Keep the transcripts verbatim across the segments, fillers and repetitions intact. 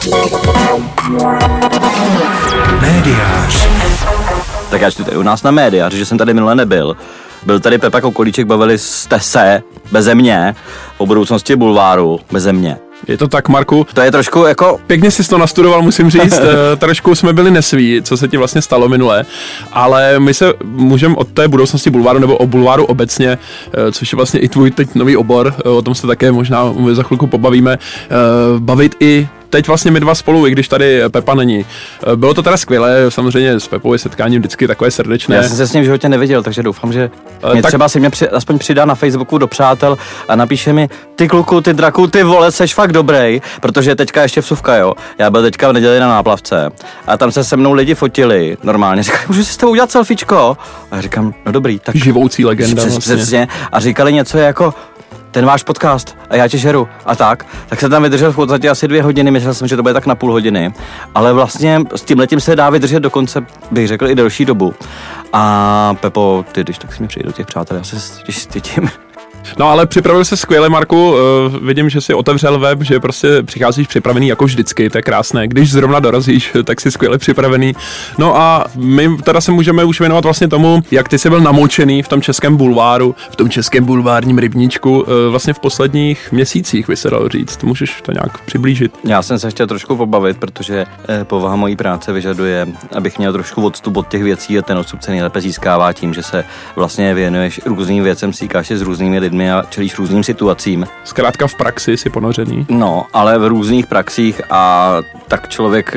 Médiář. Tak já čtu tady u nás na Médiář, že jsem tady minule nebyl. Byl tady Pepa Kokolíček, bavili jste se beze mě o budoucnosti bulváru beze mě. Je to tak, Marku. To je trošku jako... Pěkně jsi to nastudoval, musím říct. Trošku jsme byli nesví, co se ti vlastně stalo minule. Ale my se můžeme od té budoucnosti bulváru nebo o bulváru obecně, což je vlastně i tvůj teď nový obor, o tom se také možná za chvilku pobavíme, bavit i teď vlastně my dva spolu, i když tady Pepa není. Bylo to teda skvělé, samozřejmě s Pepou je setkání vždycky takové srdečné. Já jsem se s ním v životě neviděl, takže doufám, že mě tak... třeba si mě při, aspoň přidá na Facebooku do přátel a napíše mi: ty kluku, ty draku, ty vole, seš fakt dobrý, protože teďka ještě vsuvka, jo. Já byl teďka v neděli na náplavce a tam se se mnou lidi fotili normálně. Říkali: můžu si s tebou udělat selfiečko? A já říkám: no dobrý, tak... Živoucí legenda přes, vlastně. Přesně. A říkali něco jako: ten váš podcast a já tě žeru a tak, tak jsem tam vydržel v podstatě asi dvě hodiny, myslel jsem, že to bude tak na půl hodiny, ale vlastně s tímhletím se dá vydržet dokonce, bych řekl, i delší dobu. A Pepo, ty když tak si mi přijde do těch přátel, já se těším. No ale připravil se skvěle, Marku, uh, vidím, že jsi otevřel web, že prostě přicházíš připravený jako vždycky, to je krásné. Když zrovna dorazíš, tak jsi skvěle připravený. No a my teda se můžeme už věnovat vlastně tomu, jak ty jsi byl namočený v tom českém bulváru, v tom českém bulvárním rybníčku, uh, vlastně v posledních měsících, by se dalo říct. Můžeš to nějak přiblížit? Já jsem se chtěl trošku pobavit, protože eh, povaha mojí práce vyžaduje, abych měl trošku odstup od těch věcí a ten odstup se nejlépe získává tím, že se vlastně věnuješ různým věcem, stýkáš se s různými lidmi a čelíš různým situacím. Zkrátka v praxi si ponořený. No, ale v různých praxích a tak člověk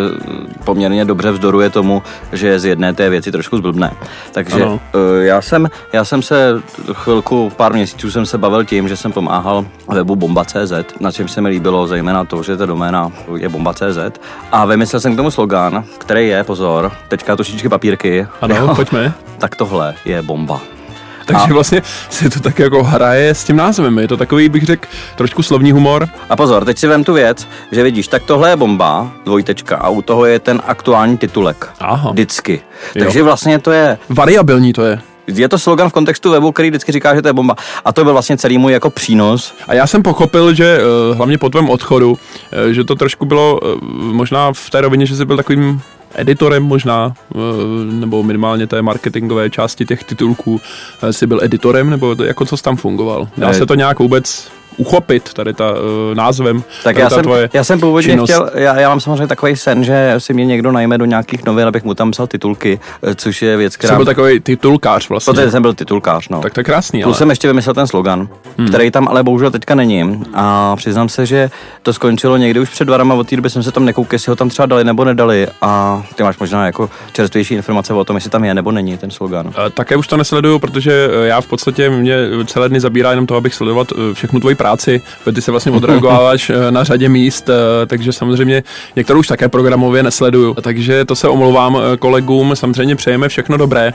poměrně dobře vzdoruje tomu, že z jedné té věci trošku zblbne. Takže ano. já jsem, já jsem se chvilku, pár měsíců jsem se bavil tím, že jsem pomáhal webu bomba tečka cé zet, na čem se mi líbilo zejména to, že ta doména je bomba tečka cé zet a vymyslel jsem k tomu slogan, který je, pozor, teďka točičky papírky. Ano, jo, pojďme. Tak tohle je bomba. Takže a... vlastně se to tak jako hraje s tím názvem, je to takový, bych řekl, trošku slovní humor. A pozor, teď si vem tu věc, že vidíš, tak tohle je bomba, dvojtečka, a u toho je ten aktuální titulek. Aha. Vždycky. Jo. Takže vlastně to je... Variabilní to je. Je to slogan v kontextu webu, který vždycky říká, že to je bomba. A to byl vlastně celý můj jako přínos. A já jsem pochopil, že hlavně po tvém odchodu, že to trošku bylo možná v té rovině, že jsi byl takovým editorem možná, nebo minimálně té marketingové části těch titulků, jsi byl editorem, nebo to, jako co jsi tam fungoval? Dá se to nějak vůbec uchopit tady ta uh, názvem? Tak tady já, ta jsem, já jsem původně činnost. chtěl, já, já mám samozřejmě takový sen, že si mě někdo najme do nějakých novin, abych mu tam psal titulky, což je věc, která... Jsi byl takový titulkář vlastně. Protože jsem byl titulkář, no. Tak to je krásný, Plus ale... jsem ještě vymyslel ten slogan, hmm. který tam ale bohužel teďka není. A přiznám se, že to skončilo někdy už před dvarama, od té doby jsem se tam nekoukal, jestli ho tam třeba dali nebo nedali. A ty máš možná jako čerstvější informace o tom, jestli tam je nebo není ten slogan. A také už to nesleduju, protože já v podstatě mě celé dny zabírá jenom to, abych sledoval všechnu tvoji práci, protože se vlastně odreagováváš na řadě míst, takže samozřejmě některou už také programově nesleduju. Takže to se omlouvám kolegům, samozřejmě přejeme všechno dobré,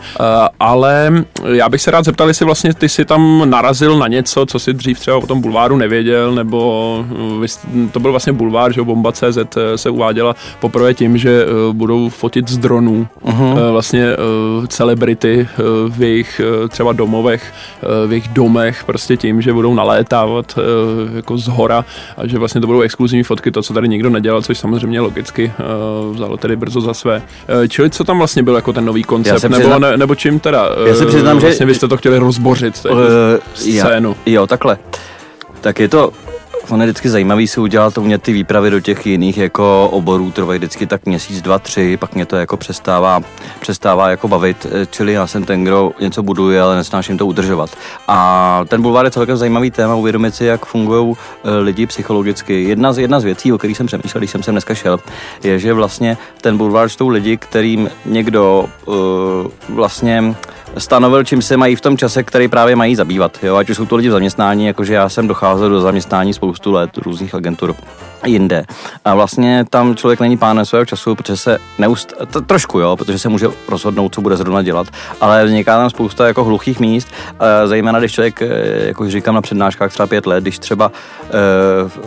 ale já bych se rád zeptal, jestli vlastně ty si tam narazil na něco, co si dřív třeba o tom bulváru nevěděl, nebo to byl vlastně bulvár, že bomba tečka cé zet se uváděla poprvé tím, že budou fotit z dronů uh-huh. vlastně celebrity v jejich třeba domovech, v jejich domech, prostě tím, že budou nalétávat jako z hora a že vlastně to budou exkluzivní fotky, to, co tady nikdo nedělal, což samozřejmě logicky uh, vzalo tedy brzo za své. Uh, čili co tam vlastně byl jako ten nový koncept, nebo, přiznám, ne, nebo čím teda uh, já se přiznám, vlastně že byste to chtěli rozbořit, uh, scénu. Já, jo, takhle. Tak je to on je vždycky zajímavý si udělat to, mě ty výpravy do těch jiných jako oborů trvají vždycky tak měsíc, dva, tři, pak mě to jako přestává, přestává jako bavit, čili já jsem ten, kdo něco buduje, ale nesnáším to udržovat. A ten bulvár je celkem zajímavý téma, uvědomit si, jak fungují lidi psychologicky. Jedna z, jedna z věcí, o kterých jsem přemýšlel, když jsem sem dneska šel, je, že vlastně ten bulvár čtou lidi, kterým někdo uh, vlastně stanovil, čím se mají v tom čase, který právě mají zabývat. Jo? Ať už jsou to lidi v zaměstnání, jakože já jsem docházel do zaměstnání spoustu let různých agentur jinde. A vlastně tam člověk není pánem svého času, protože se neust... To, trošku, jo, protože se může rozhodnout, co bude zrovna dělat, ale vzniká tam spousta jako hluchých míst, zejména když člověk, jak už říkám na přednáškách třeba pět let, když třeba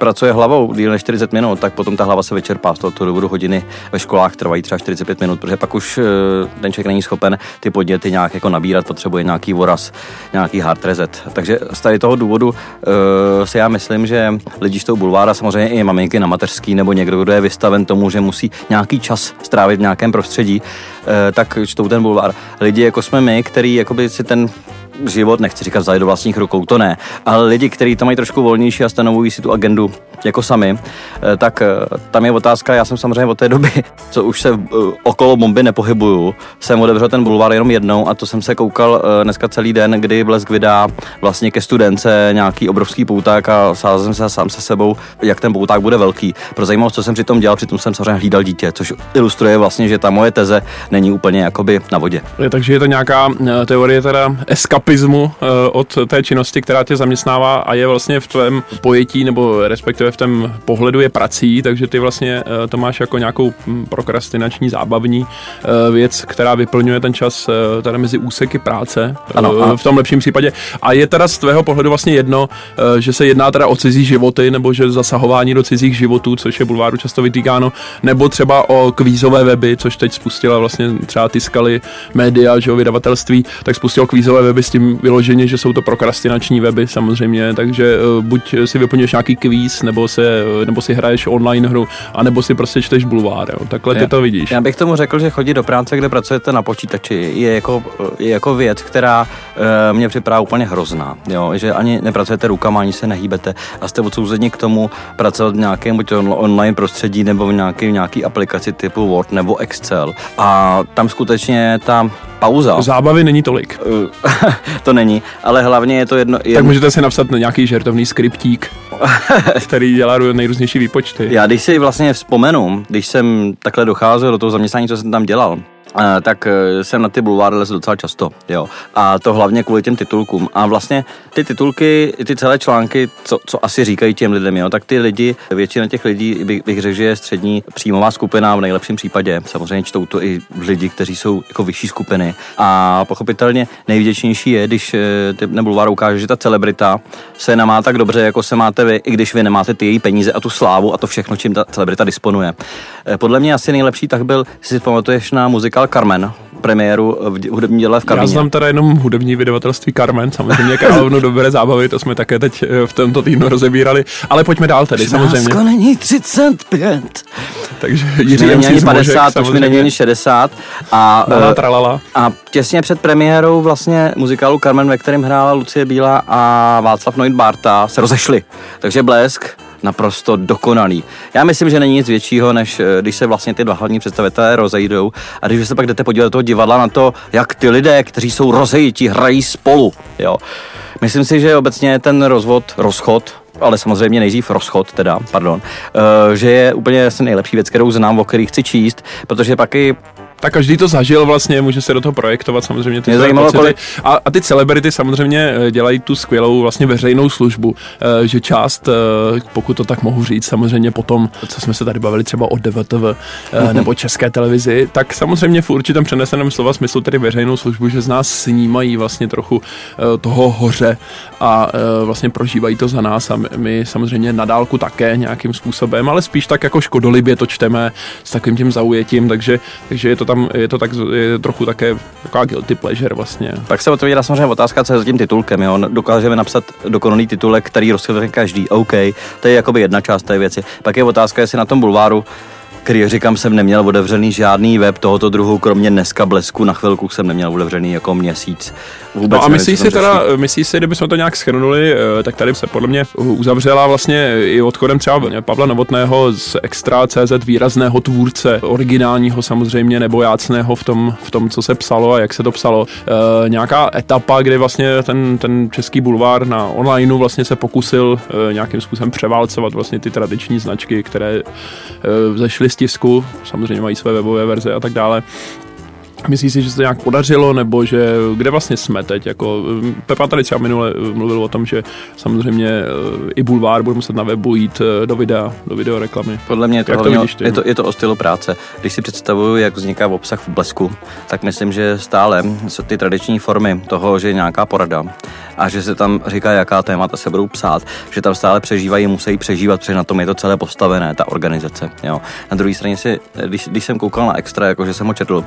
pracuje hlavou díl než čtyřicet minut, tak potom ta hlava se vyčerpá. Z tohoto důvodu hodiny ve školách trvají třeba čtyřicet pět minut, protože pak už ten člověk není schopen ty podněty nějak jako nabírat, potřebuje nějaký voraz, nějaký hard reset. Takže z tady toho důvodu uh, si já myslím, že lidi z toho bulvára, samozřejmě i maminky na mateřský nebo někdo, kdo je vystaven tomu, že musí nějaký čas strávit v nějakém prostředí, uh, tak čtou ten bulvár. Lidi jako jsme my, který jakoby si ten život, nechci říkat vzali do vlastních rukou, to ne, ale lidi, kteří to mají trošku volnější a stanovují si tu agendu jako sami, tak tam je otázka, já jsem samozřejmě od té doby, co už se okolo bomby nepohybuju, jsem otevřel ten bulvár jenom jednou a to jsem se koukal dneska celý den, kdy Blesk vydá vlastně ke studence nějaký obrovský pouták a sázel jsem se sám se sebou, jak ten pouták bude velký. Pro zajímavost, co jsem při tom dělal, přitom jsem samozřejmě hlídal dítě, což ilustruje vlastně, že ta moje teze není úplně jakoby na vodě. Takže je to nějaká teorie teda eskapismu od té činnosti, která tě zaměstnává a je vlastně v tvém pojetí nebo respektive v tom pohledu je prací, takže ty vlastně to máš jako nějakou prokrastinační zábavní věc, která vyplňuje ten čas teda mezi úseky práce, ano, v tom lepším případě. A je teda z tvého pohledu vlastně jedno, že se jedná teda o cizí životy, nebo že zasahování do cizích životů, což je bulváru často vytýkáno, nebo třeba o kvízové weby, což teď spustila vlastně třeba Tiskali média, že o vydavatelství, tak spustil kvízové weby s tím vyloženě, že jsou to prokrastinační weby samozřejmě, takže buď si vyplňuješ nějaký kvíz, nebo se, nebo si hraješ online hru, anebo si prostě čteš bulvár, jo. Takhle ty to vidíš. Já bych tomu řekl, že chodit do práce, kde pracujete na počítači, je jako, je jako věc, která e, mě připadá úplně hrozná, jo, že ani nepracujete rukama, ani se nehýbete a jste odsouzeni k tomu pracovat v nějakém buď online prostředí, nebo v nějaké nějaký aplikaci typu Word nebo Excel a tam skutečně ta pauza. Zábavy není tolik. To není, ale hlavně je to jedno... jedno... Tak můžete si napsat nějaký žertovný skriptík, který dělá nejrůznější výpočty. Já když si vlastně vzpomenu, když jsem takhle docházel do toho zaměstnání, co jsem tam dělal, tak jsem na ty bulváry lezl docela často, jo. A to hlavně kvůli těm titulkům. A vlastně ty titulky, ty celé články, co, co asi říkají těm lidem, jo, tak ty lidi, většina těch lidí, bych, bych řekl, že je střední příjmová skupina v nejlepším případě. Samozřejmě čtou to i lidi, kteří jsou jako vyšší skupiny. A pochopitelně nejvděčnější je, když ten bulvár ukáže, že ta celebrita se nemá tak dobře, jako se máte vy, i když vy nemáte ty její peníze a tu slávu a to všechno, čím ta celebrita disponuje. Podle mě asi nejlepší tak byl, si pamatuješ na muzikál Carmen, premiéru v hudební díle v Karlíně. Já znám teda jenom hudební vydavatelství Carmen, samozřejmě Královnu dobré zábavy, to jsme také teď v tomto týdnu rozebírali, ale pojďme dál tedy, samozřejmě. Dneska není třicet pět. Takže Jiří není ani padesát, už mi není ani šedesát. A, Lala, tralala. A těsně před premiérou vlastně muzikálu Carmen, ve kterém hrála Lucie Bílá a Václav Noit Bárta, se rozešli. Takže Blesk naprosto dokonalý. Já myslím, že není nic většího, než když se vlastně ty dva hlavní představitelé rozejdou a když se pak jdete podívat do toho divadla na to, jak ty lidé, kteří jsou rozejiti, hrají spolu. Jo. Myslím si, že obecně ten rozvod, rozchod, ale samozřejmě nejdřív rozchod, teda, pardon, uh, že je úplně asi nejlepší věc, kterou znám, o který chci číst, protože pak i tak každý to zažil vlastně, může se do toho projektovat samozřejmě ty zajímalo, pocity. Kolik... A, a ty celebrity samozřejmě dělají tu skvělou vlastně veřejnou službu, že část, pokud to tak mohu říct, samozřejmě potom, co jsme se tady bavili třeba o D V T V mm-hmm. nebo České televizi, tak samozřejmě v určitém přeneseném slova smyslu tedy veřejnou službu, že z nás snímají vlastně trochu toho hoře a vlastně prožívají to za nás a my, my samozřejmě na dálku také nějakým způsobem, ale spíš tak jako škodolibě to čteme s takovým tím zaujetím, takže, takže je to tam je to tak je trochu také taková guilty pleasure vlastně. Pak se otevírá samozřejmě otázka, co je za tím titulkem, jo. Dokážeme napsat dokonalý titulek, který rozhodne každý, OK, to je jakoby jedna část té věci. Pak je otázka, jestli na tom bulváru, který, říkám, jsem neměl otevřený žádný web tohoto druhu, kromě dneska Blesku, na chvilku jsem neměl otevřený jako měsíc. Vůbec no a myslíš si teda, myslíš si, kdybychom to nějak shrnuli, tak tady se podle mě uzavřela vlastně i odchodem třeba Pavla Novotného z Extra tečka cé zet, výrazného tvůrce, originálního samozřejmě, nebo jácného v tom, v tom, co se psalo a jak se to psalo. E, nějaká etapa, kdy vlastně ten, ten český bulvár na onlineu vlastně se pokusil e, nějakým způsobem převálcovat vlastně ty tradiční značky, které e, zešly z tisku, samozřejmě mají své webové verze a tak dále. Myslíš si, že se to nějak podařilo, nebo že kde vlastně jsme teď? Jako, Pepa tady třeba minule mluvil o tom, že samozřejmě i bulvár bude muset na webu jít do videa, do videoreklamy. Podle mě je to, jak to vidíš ty? Je to, je to o stylu práce. Když si představuju, jak vzniká obsah v Blesku, tak myslím, že stále jsou ty tradiční formy toho, že je nějaká porada, a že se tam říká, jaká témata se budou psát, že tam stále přežívají, musí přežívat, protože na tom je to celé postavené, ta organizace. Jo. Na druhé straně si, když, když jsem koukal na Extra, jakože jsem ho četl,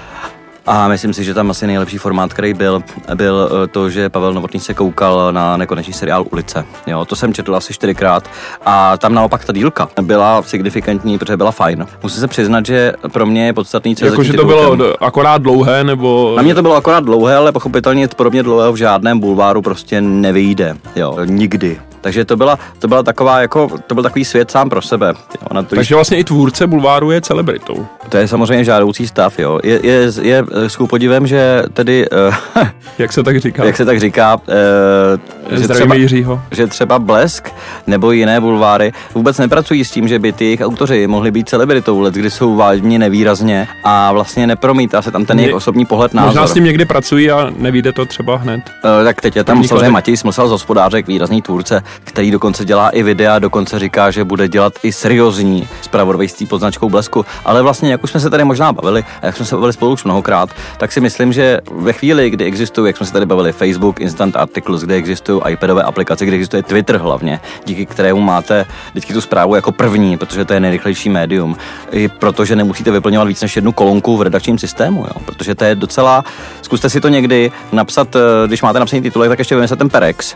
a myslím si, že tam asi nejlepší formát, který byl, byl to, že Pavel Novotný se koukal na nekonečný seriál Ulice. Jo, to jsem četl asi čtyřikrát a tam naopak ta dílka byla signifikantní, protože byla fajn. Musím se přiznat, že pro mě je podstatný, co jako, že to bylo akorát dlouhé, nebo... Na mě to bylo akorát dlouhé, ale pochopitelně pro mě dlouhého v žádném bulváru prostě nevyjde. Jo, nikdy. Takže to byla, to byla taková jako, to byl takový svět sám pro sebe. Jo, na to Takže vlastně i tvůrce bulváru je celebritou. To je samozřejmě žádoucí stav, jo. Je, je, je s kupodivem, že tedy... Uh, jak se tak říká? Jak se tak říká, uh, že, třeba, že třeba Blesk nebo jiné bulváry vůbec nepracují s tím, že by ty jejich autoři mohli být celebritou, let, kdy jsou vážně nevýrazně a vlastně nepromítá se tam ten jejich osobní pohled názor. Možná s tím někdy pracují a nevíde to třeba hned. Uh, tak teď je tam samozřejmě Matěj Smysl z Hospodářek, výrazný tvůrce, který dokonce dělá i videa, dokonce říká, že bude dělat i seriózní zpravodajství pod značkou Blesku, ale vlastně, jak už jsme se tady možná bavili, a jak jsme se bavili spolu už mnohokrát, tak si myslím, že ve chvíli, kdy existují, jak jsme se tady bavili, Facebook, Instant Articles, kde existují iPadové aplikace, kde existuje Twitter hlavně, díky kterému máte vždycky tu zprávu jako první, protože to je nejrychlejší médium, i protože nemusíte vyplňovat víc než jednu kolonku v redakčním systému, jo? Protože to je docela, zkuste si to někdy napsat, když máte napsaný titulek, tak ještě vymyslete ten Perex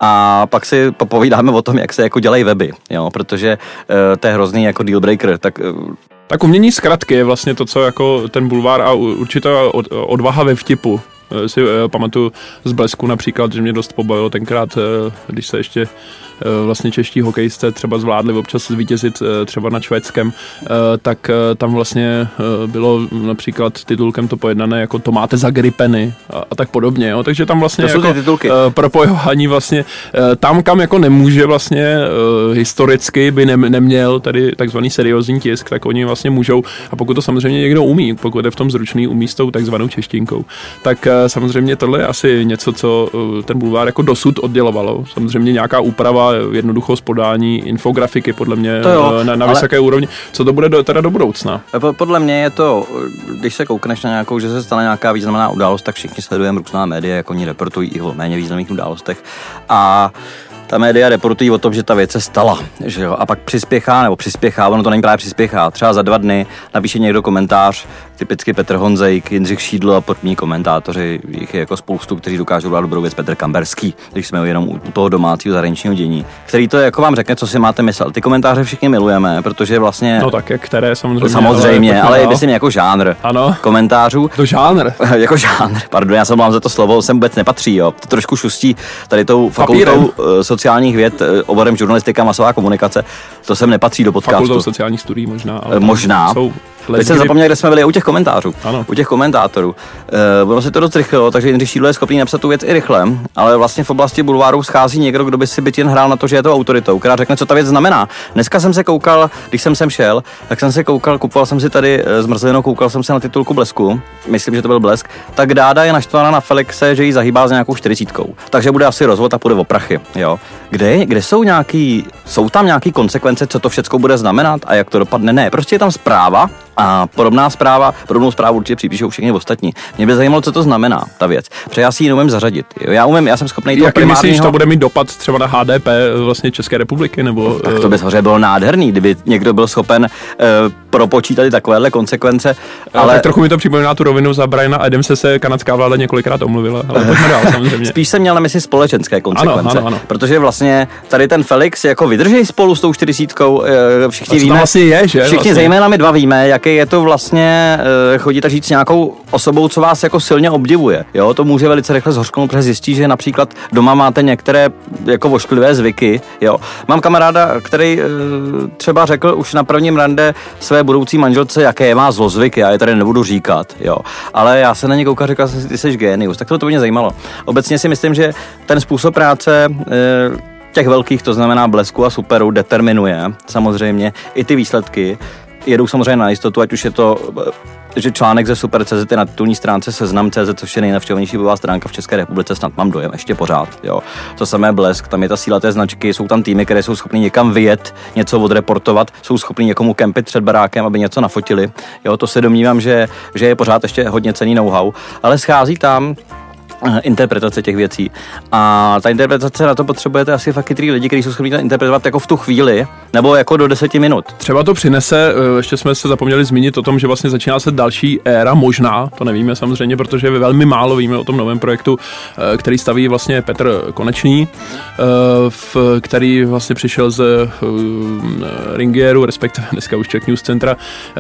a pak si popovídáme o tom, jak se jako dělají weby, jo? Protože uh, to je hrozný jako dealbreaker, tak uh, Tak umění zkratky je vlastně to, co jako ten bulvár a určitá odvaha ve vtipu. Si pamatuju z Blesku například, že mě dost pobavilo tenkrát, když se ještě vlastně čeští hokejisté třeba zvládli občas zvítězit třeba nad Švédskem, tak tam vlastně bylo například titulkem to pojednané jako to máte za gripeny a, a tak podobně. Jo. Takže tam vlastně jako propojování vlastně tam, kam jako nemůže vlastně historicky by ne, neměl tady takzvaný seriózní tisk, tak oni vlastně můžou a pokud to samozřejmě někdo umí, pokud je v tom zručný, umí s tou takzvanou češtinkou, tak samozřejmě tohle je asi něco, co ten bulvár jako dosud oddělovalo. Samozřejmě nějaká úprava, jednoduchost podání, infografiky podle mě jo, na, na vysoké úrovni. Co to bude do, teda do budoucna? Podle mě je to, když se koukneš na nějakou, že se stane nějaká významná událost, tak všichni sledujeme různá média, jako oni reportují i o méně významných událostech. A ta média reportují o tom, že ta věc se stala, že jo, a pak přispěchá, nebo přispěchá, ono to není právě přispěchá, třeba za dva dny napíše někdo komentář, typicky Petr Honzejk, Jindřich Šídlo a podobní komentátoři, jich je jako spoustu, kteří dokážou dát dobrou věc, Petr Kamberský, když jsme jenom u toho domácího zahraničního dění, který to jako vám řekne, co si máte myslet. Ty komentáře všichni milujeme, protože vlastně... No tak, které samozřejmě. Samozřejmě, ale, ale myslím jako žánr ano. komentářů. To žánr. Jako žánr, pardon, já jsem vám za to slovo, sem vůbec nepatří, jo. To trošku šustí tady tou fakultou sociálních věd, oborem žurnalistika, masová komunikace, to sem nepatří do podcastu. Fakultou sociálních studií možná. Ale možná. Teď jsem zapomněl, kde jsme byli u těch komentářů, ano. u těch komentátorů. Uh, ono se to dost rychlo, takže Jindřich Šídlo je schopný napsat tu věc i rychle, ale vlastně v oblasti bulváru schází někdo, kdo by si byt jen hrál na to, že je to autoritou, která řekne, co ta věc znamená. Dneska jsem se koukal, když jsem sem šel, tak jsem se koukal, kupoval jsem si tady zmrzlinu, koukal jsem se na titulku Blesku, myslím, že to byl Blesk, tak Dáda je naštvaná na Felixe, že jí zahýbá s nějakou čtyřicítkou. Takže bude asi rozvod a půjde o prachy, jo. Kde, kde jsou nějaký, jsou tam nějaký konsekvence, co to všecko bude znamenat a jak to dopadne? Ne, prostě je tam zpráva. A podobná zpráva, podobnou zprávu určitě připíšou všichni ostatní. Mě by zajímalo, co to znamená, ta věc. Protože já si ji neumím zařadit. Jo? Já umím, já jsem schopný toho primárního... Jak myslíš, to bude mít dopad třeba na H D P vlastně České republiky? Nebo, tak to by samozřejmě bylo nádherný, kdyby někdo byl schopen uh, propočítat takovéhle konsekvence. Ale tak trochu mi to připomíná tu rovinu za Briana Adamse se kanadská vláda několikrát omluvila. Ale pojďme dál, samozřejmě. Spíš jsem měl na mysli společenské konsekvence. Ano, ano, ano. Protože vlastně tady ten Felix jako vydrží spolu s tou čtyřicítkou. Všichni víme, vlastně je, že? Všichni vlastně. Zejména my dva víme, jaký je to vlastně chodíte říct s nějakou osobou, co vás jako silně obdivuje. Jo, to může velice rychle zhořknout, protože zjistí, že například doma máte některé jako vošklivé zvyky. Jo. Mám kamaráda, který třeba řekl už na prvním rande své budoucí manželce, jaké má zlozvyky, já je tady nebudu říkat. Jo. Ale já se na ně koukal, řekl jsem si, ty jsi génius. Tak to, to mě zajímalo. Obecně si myslím, že ten způsob práce těch velkých, to znamená Blesku a Superu, determinuje samozřejmě i ty výsledky. Jedou samozřejmě na jistotu, ať už je to, že článek ze Super tečka cé zet je na titulní stránce Seznam tečka cé zet, což je nejnavštěvnější webová stránka v České republice, snad mám dojem, ještě pořád. Jo. To samé Blesk, tam je ta síla té značky, jsou tam týmy, které jsou schopny někam vyjet, něco odreportovat, jsou schopni někomu kempit před barákem, aby něco nafotili. Jo, to se domnívám, že, že je pořád ještě hodně cenný know-how, ale schází tam interpretace těch věcí. A ta interpretace na to potřebujete asi fakt chytrý lidi, kteří jsou schopni to interpretovat jako v tu chvíli, nebo jako do deseti minut. Třeba to přinese, ještě jsme se zapomněli zmínit o tom, že vlastně začíná se další éra, možná, to nevíme samozřejmě, protože velmi málo víme o tom novém projektu, který staví vlastně Petr Konečný, který vlastně přišel z Ringieru, respektive dneska už Czech News Centra,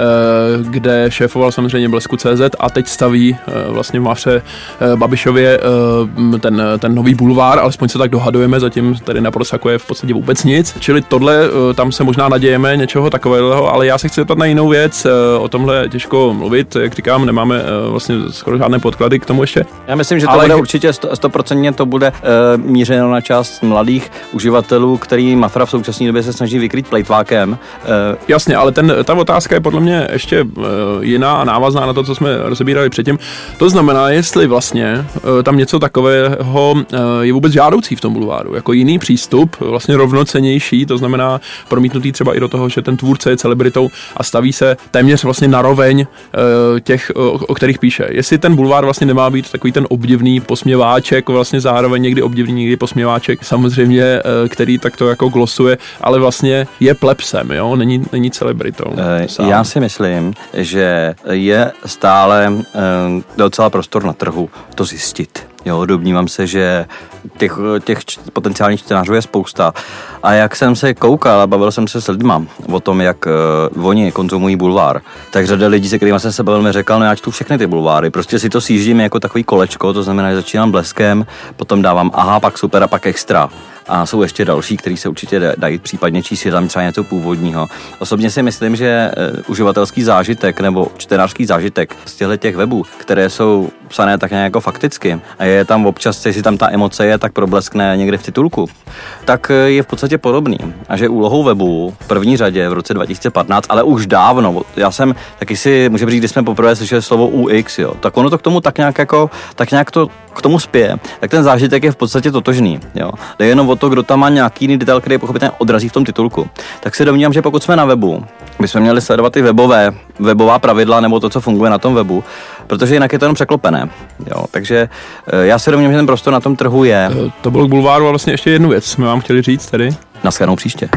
kde šéfoval samozřejmě Blesku tečka cé zet a teď staví vlastně v Mafře Babišově ten, ten nový bulvár, alespoň se tak dohadujeme, zatím tady na Prosaku je v podstatě vůbec nic, čili tohle, tam se možná nadějeme něčeho takového, ale já se chci zeptat na jinou věc, o tomhle je těžko mluvit, jak říkám, nemáme vlastně skoro žádné podklady k tomu ještě. Já myslím, že to ale bude určitě sto procent to bude uh, mířeno na část mladých uživatelů, který Mafra v současné době se snaží vykrýt plejtvákem. Uh, Jasně, ale ten, ta otázka je podle mě ještě uh, jiná a návazná na to, co jsme rozebírali předtím. To znamená, jestli vlastně uh, tam něco takového uh, je vůbec žádoucí v tom bulváru, jako jiný přístup, vlastně rovnocennější, to znamená promítnutý třeba i do toho, že ten tvůrce je celebritou a staví se téměř vlastně naroveň uh, těch, uh, o kterých píše. Jestli ten bulvár vlastně nemá být takový ten obdivný posměváček, vlastně zároveň někdy obdivný, někdy posměváček, samozřejmě, uh, který takto jako glosuje, ale vlastně je plebsem, jo, není, není celebritou. Uh, já si myslím, že je stále uh, docela prostor na trhu to zjistit. Jo, domnívám se, že těch, těch potenciálních čtenářů je spousta. A jak jsem se koukal a bavil jsem se s lidma o tom, jak uh, oni konzumují bulvár, tak řada lidí, se kterými jsem se bavil, mi řekl, no já čtu všechny ty bulváry, prostě si to sjíždím jako takový kolečko, to znamená, že začínám Bleskem, potom dávám aha, pak super a pak extra. A jsou ještě další, který se určitě dají případně číst, je tam třeba něco původního. Osobně si myslím, že uh, uživatelský zážitek nebo čtenářský zážitek z těchto těch webů, které jsou psané tak nějak jako fakticky a je tam občas, jestli tam ta emoce je, tak probleskne někde v titulku, tak je v podstatě podobný. A že úlohou webu v první řadě v roce dva tisíce patnáct, ale už dávno, já jsem taky si, můžeme říct, když jsme poprvé slyšeli slovo U X, jo, tak ono to k tomu tak nějak jako, tak nějak to k tomu spěje, tak ten zážitek je v podstatě totožný, jo. Jde jenom o to, kdo tam má nějaký jiný detail, který pochopitelně odrazí v tom titulku. Tak se domnívám, že pokud jsme na webu, bychom měli sledovat i webové, webová pravidla nebo to, co funguje na tom webu, protože jinak je to jenom překlopené. Jo, takže já se domnívám, že ten prostor na tom trhu je. To bylo k bulváru a vlastně ještě jednu věc jsme vám chtěli říct tady. Naschledanou příště.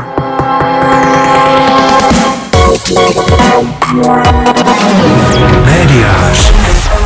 Médiář.